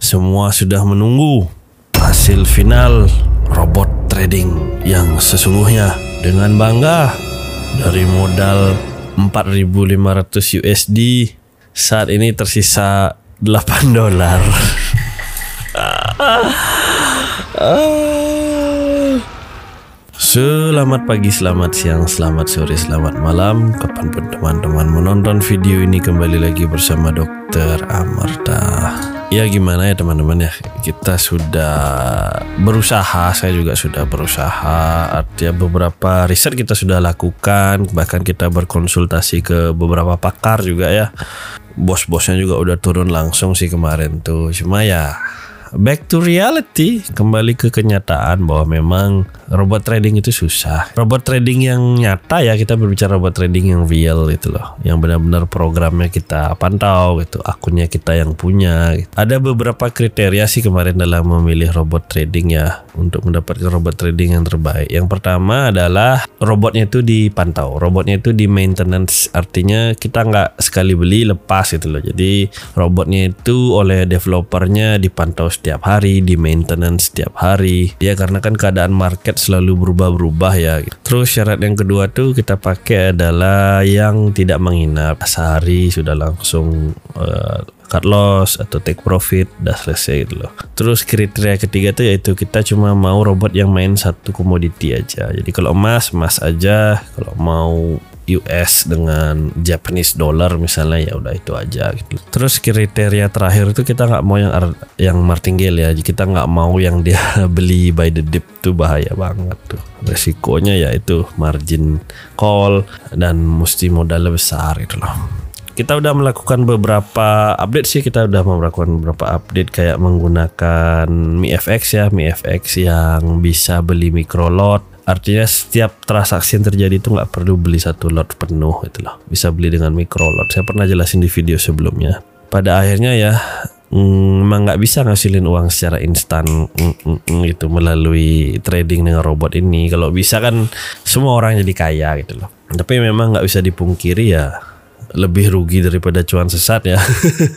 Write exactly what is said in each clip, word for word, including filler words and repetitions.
semua sudah menunggu hasil final robot trading yang sesungguhnya. Dengan bangga, dari modal empat ribu lima ratus U S D saat ini tersisa delapan dolar. Selamat pagi, selamat siang, selamat sore, selamat malam, kapanpun teman-teman menonton video ini. Kembali lagi bersama Dokter Amarta. Ya gimana ya teman-teman ya, kita sudah berusaha, saya juga sudah berusaha. Artinya beberapa riset kita sudah lakukan, bahkan kita berkonsultasi ke beberapa pakar juga ya. Bos-bosnya juga udah turun langsung sih kemarin tuh. Cuma ya back to reality, kembali ke kenyataan bahwa memang robot trading itu susah. Robot trading yang nyata ya, kita berbicara robot trading yang real gitu loh, yang benar-benar programnya kita pantau gitu, akunnya kita yang punya gitu. Ada beberapa kriteria sih kemarin dalam memilih robot trading ya, untuk mendapatkan robot trading yang terbaik. Yang pertama adalah robotnya itu dipantau, robotnya itu di maintenance, artinya kita nggak sekali beli lepas gitu loh. Jadi robotnya itu oleh developernya dipantau setiap hari, di maintenance setiap hari ya, karena kan keadaan market selalu berubah-berubah ya. Terus syarat yang kedua tuh kita pakai adalah yang tidak menginap, sehari sudah langsung uh, cut loss atau take profit, udah selesai gitu loh. Terus kriteria ketiga tuh yaitu kita cuma mau robot yang main satu komoditi aja. Jadi kalau emas, emas aja. Kalau mau U S dengan Japanese dollar misalnya, ya udah itu aja gitu. Terus kriteria terakhir itu kita nggak mau yang yang martingale ya. Kita nggak mau yang dia beli by the dip, tuh bahaya banget tuh. Resikonya ya itu margin call dan mesti modalnya besar gitu loh. Kita udah melakukan beberapa update sih, kita udah melakukan beberapa update kayak menggunakan M I F X ya, M I F X yang bisa beli micro lot. Artinya setiap transaksi yang terjadi itu nggak perlu beli satu lot penuh gitu loh, bisa beli dengan micro lot. Saya pernah jelasin di video sebelumnya. Pada akhirnya ya mm, memang nggak bisa ngasilin uang secara instan mm, mm, gitu melalui trading dengan robot ini. Kalau bisa kan semua orang jadi kaya gitu loh. Tapi memang nggak bisa dipungkiri ya, lebih rugi daripada cuan sesat ya.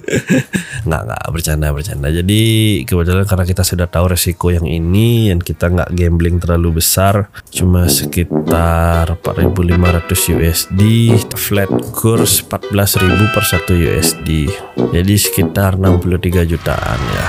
nggak nggak bercanda bercanda. Jadi kebetulan karena kita sudah tahu resiko yang ini, dan kita nggak gambling terlalu besar, cuma sekitar empat ribu lima ratus U S D, flat kurs empat belas ribu per satu U S D, jadi sekitar enam puluh tiga jutaan ya.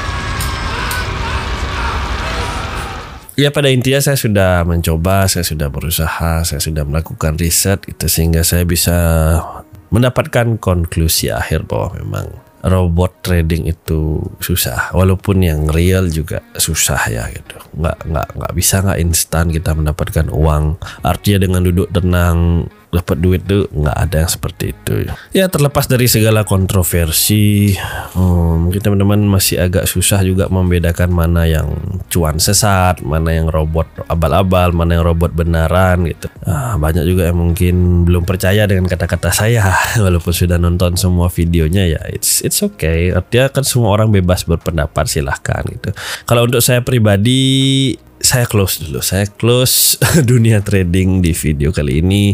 Ya pada intinya saya sudah mencoba, saya sudah berusaha, saya sudah melakukan riset itu, sehingga saya bisa mendapatkan konklusi akhir bahwa memang robot trading itu susah, walaupun yang real juga susah ya gitu. Nggak nggak nggak bisa nggak instan kita mendapatkan uang. Artinya dengan duduk tenang dapat duit tuh nggak ada yang seperti itu. Ya terlepas dari segala kontroversi, hmm, mungkin teman-teman masih agak susah juga membedakan mana yang cuan sesat, mana yang robot abal-abal, mana yang robot benaran gitu. Ah, banyak juga yang mungkin belum percaya dengan kata-kata saya, walaupun sudah nonton semua videonya ya. It's it's okay. Artinya kan semua orang bebas berpendapat, silahkan gitu. Kalau untuk saya pribadi, saya close dulu, saya close dunia trading di video kali ini.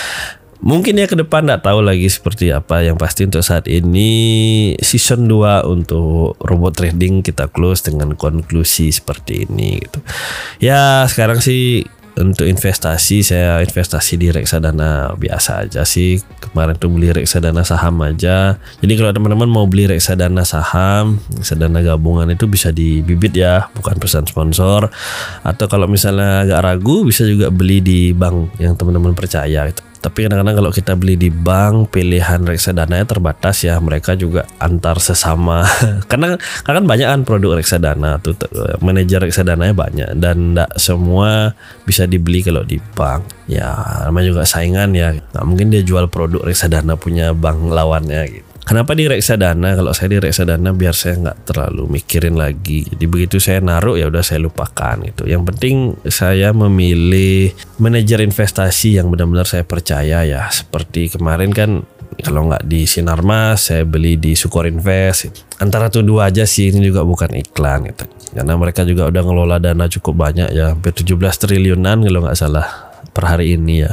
Mungkin ya ke depan nggak tahu lagi seperti apa. Yang pasti untuk saat ini season dua untuk robot trading kita close dengan konklusi seperti ini gitu. Ya sekarang sih untuk investasi, saya investasi di reksadana biasa aja sih. Kemarin tuh beli reksadana saham aja. Jadi kalau teman-teman mau beli reksadana saham, reksadana gabungan itu bisa di Bibit ya, bukan pesan sponsor. Atau kalau misalnya agak ragu, bisa juga beli di bank yang teman-teman percaya gitu. Tapi kadang-kadang kalau kita beli di bank, pilihan reksadananya terbatas ya. Mereka juga antar sesama. Karena kan banyak kan produk reksadana tuh, manajer reksadananya banyak, dan tidak semua bisa dibeli kalau di bank. Ya namanya juga saingan ya. Nggak mungkin dia jual produk reksadana punya bank lawannya gitu. Kenapa di reksadana? Kalau saya di reksadana biar saya nggak terlalu mikirin lagi. Jadi begitu saya naruh ya udah saya lupakan gitu. Yang penting saya memilih manajer investasi yang benar-benar saya percaya ya. Seperti kemarin kan kalau nggak di Sinarmas, saya beli di Sukor Invest. Antara tuh dua aja sih, ini juga bukan iklan gitu. Karena mereka juga udah ngelola dana cukup banyak ya, hampir tujuh belas triliunan kalau nggak salah per hari ini ya.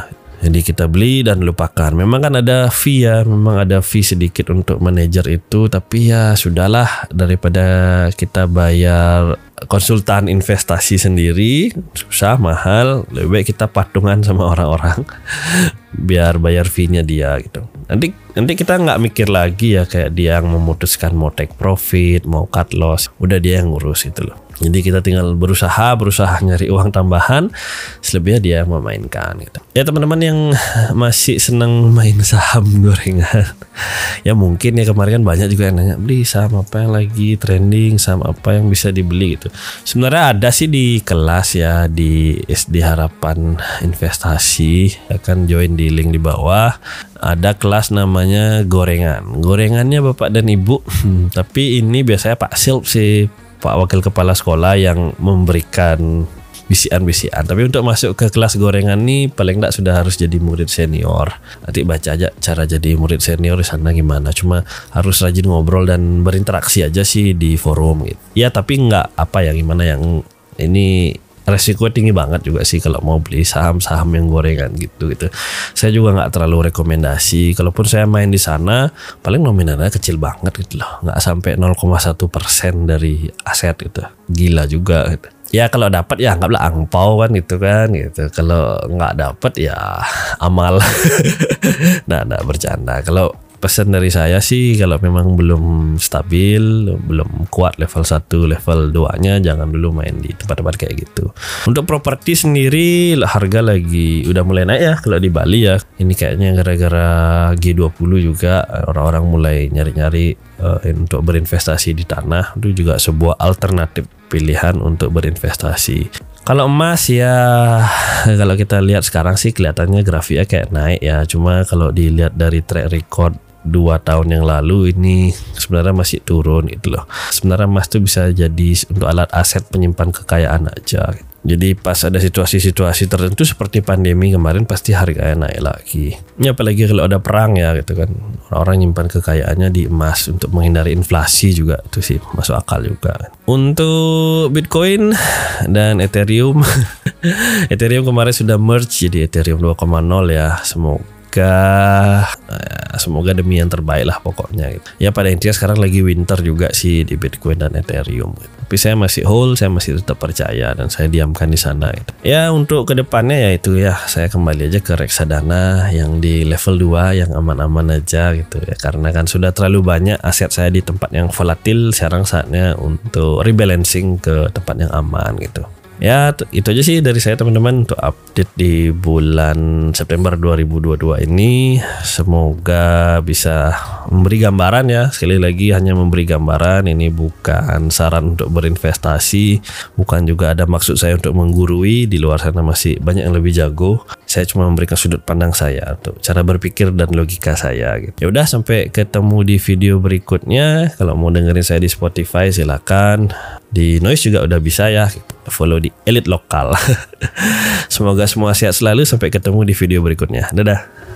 Jadi kita beli dan lupakan. Memang kan ada fee ya, memang ada fee sedikit untuk manajer itu, tapi ya sudahlah, daripada kita bayar konsultan investasi sendiri susah mahal, lebih baik kita patungan sama orang-orang biar bayar fee-nya dia gitu. Nanti nanti kita nggak mikir lagi ya kayak dia yang memutuskan mau take profit, mau cut loss, udah dia yang ngurus itu loh. Jadi kita tinggal berusaha, berusaha nyari uang tambahan, selebihnya dia yang memainkan gitu. Ya teman-teman yang masih senang main saham gorengan, ya mungkin ya kemarin kan banyak juga yang nanya, beli saham apa yang lagi trending, saham apa yang bisa dibeli gitu. Sebenarnya ada sih di kelas ya, di S D Harapan Investasi, akan join di link di bawah. Ada kelas namanya gorengan. Gorengannya Bapak dan Ibu, hmm, tapi ini biasanya Pak Silp sih, Pak Wakil Kepala Sekolah yang memberikan bisian-bisian. Tapi untuk masuk ke kelas gorengan nih paling enggak sudah harus jadi murid senior. Nanti baca aja cara jadi murid senior di sana gimana. Cuma harus rajin ngobrol dan berinteraksi aja sih di forum gitu. Ya tapi enggak apa ya gimana yang ini resiko tinggi banget juga sih kalau mau beli saham-saham yang gorengan gitu gitu. Saya juga nggak terlalu rekomendasi. Kalaupun saya main di sana, paling nominalnya kecil banget gitu loh, nggak sampai nol koma satu persen dari aset gitu. Gila juga gitu. Ya kalau dapat ya anggaplah angpau kan gitu kan gitu. Kalau nggak dapat ya amal. Nah, nah bercanda. Kalau pesan dari saya sih, kalau memang belum stabil, belum kuat level satu, level dua-nya jangan dulu main di tempat-tempat kayak gitu. Untuk properti sendiri harga lagi udah mulai naik ya kalau di Bali ya. Ini kayaknya gara-gara G dua puluh juga orang-orang mulai nyari-nyari uh, untuk berinvestasi di tanah. Itu juga sebuah alternatif pilihan untuk berinvestasi. Kalau emas ya, kalau kita lihat sekarang sih kelihatannya grafiknya kayak naik ya. Cuma kalau dilihat dari track record dua tahun yang lalu ini sebenarnya masih turun gitu loh. Sebenarnya emas tuh bisa jadi untuk alat aset penyimpan kekayaan aja. Jadi pas ada situasi-situasi tertentu seperti pandemi kemarin pasti harganya naik lagi. Ya apalagi kalau ada perang ya gitu kan. Orang-orang nyimpan kekayaannya di emas untuk menghindari inflasi juga, itu sih masuk akal juga. Untuk Bitcoin dan Ethereum, Ethereum kemarin sudah merge jadi Ethereum dua koma nol ya. Semoga semoga demi yang terbaik lah pokoknya gitu. Ya pada intinya sekarang lagi winter juga sih di Bitcoin dan Ethereum gitu. Tapi saya masih hold, saya masih tetap percaya dan saya diamkan di sana gitu. Ya untuk kedepannya ya itu ya, saya kembali aja ke reksadana yang di level dua yang aman-aman aja gitu ya, karena kan sudah terlalu banyak aset saya di tempat yang volatil. Sekarang saatnya untuk rebalancing ke tempat yang aman gitu. Ya itu aja sih dari saya teman-teman untuk update di bulan September dua ribu dua puluh dua ini. Semoga bisa memberi gambaran ya. Sekali lagi hanya memberi gambaran, ini bukan saran untuk berinvestasi, bukan juga ada maksud saya untuk menggurui. Di luar sana masih banyak yang lebih jago. Saya cuma memberikan sudut pandang saya untuk cara berpikir dan logika saya gitu. Ya udah, sampai ketemu di video berikutnya. Kalau mau dengerin saya di Spotify silakan. Di Noise juga udah bisa ya. Follow di Elite Lokal. Semoga semua sehat selalu. Sampai ketemu di video berikutnya. Dadah.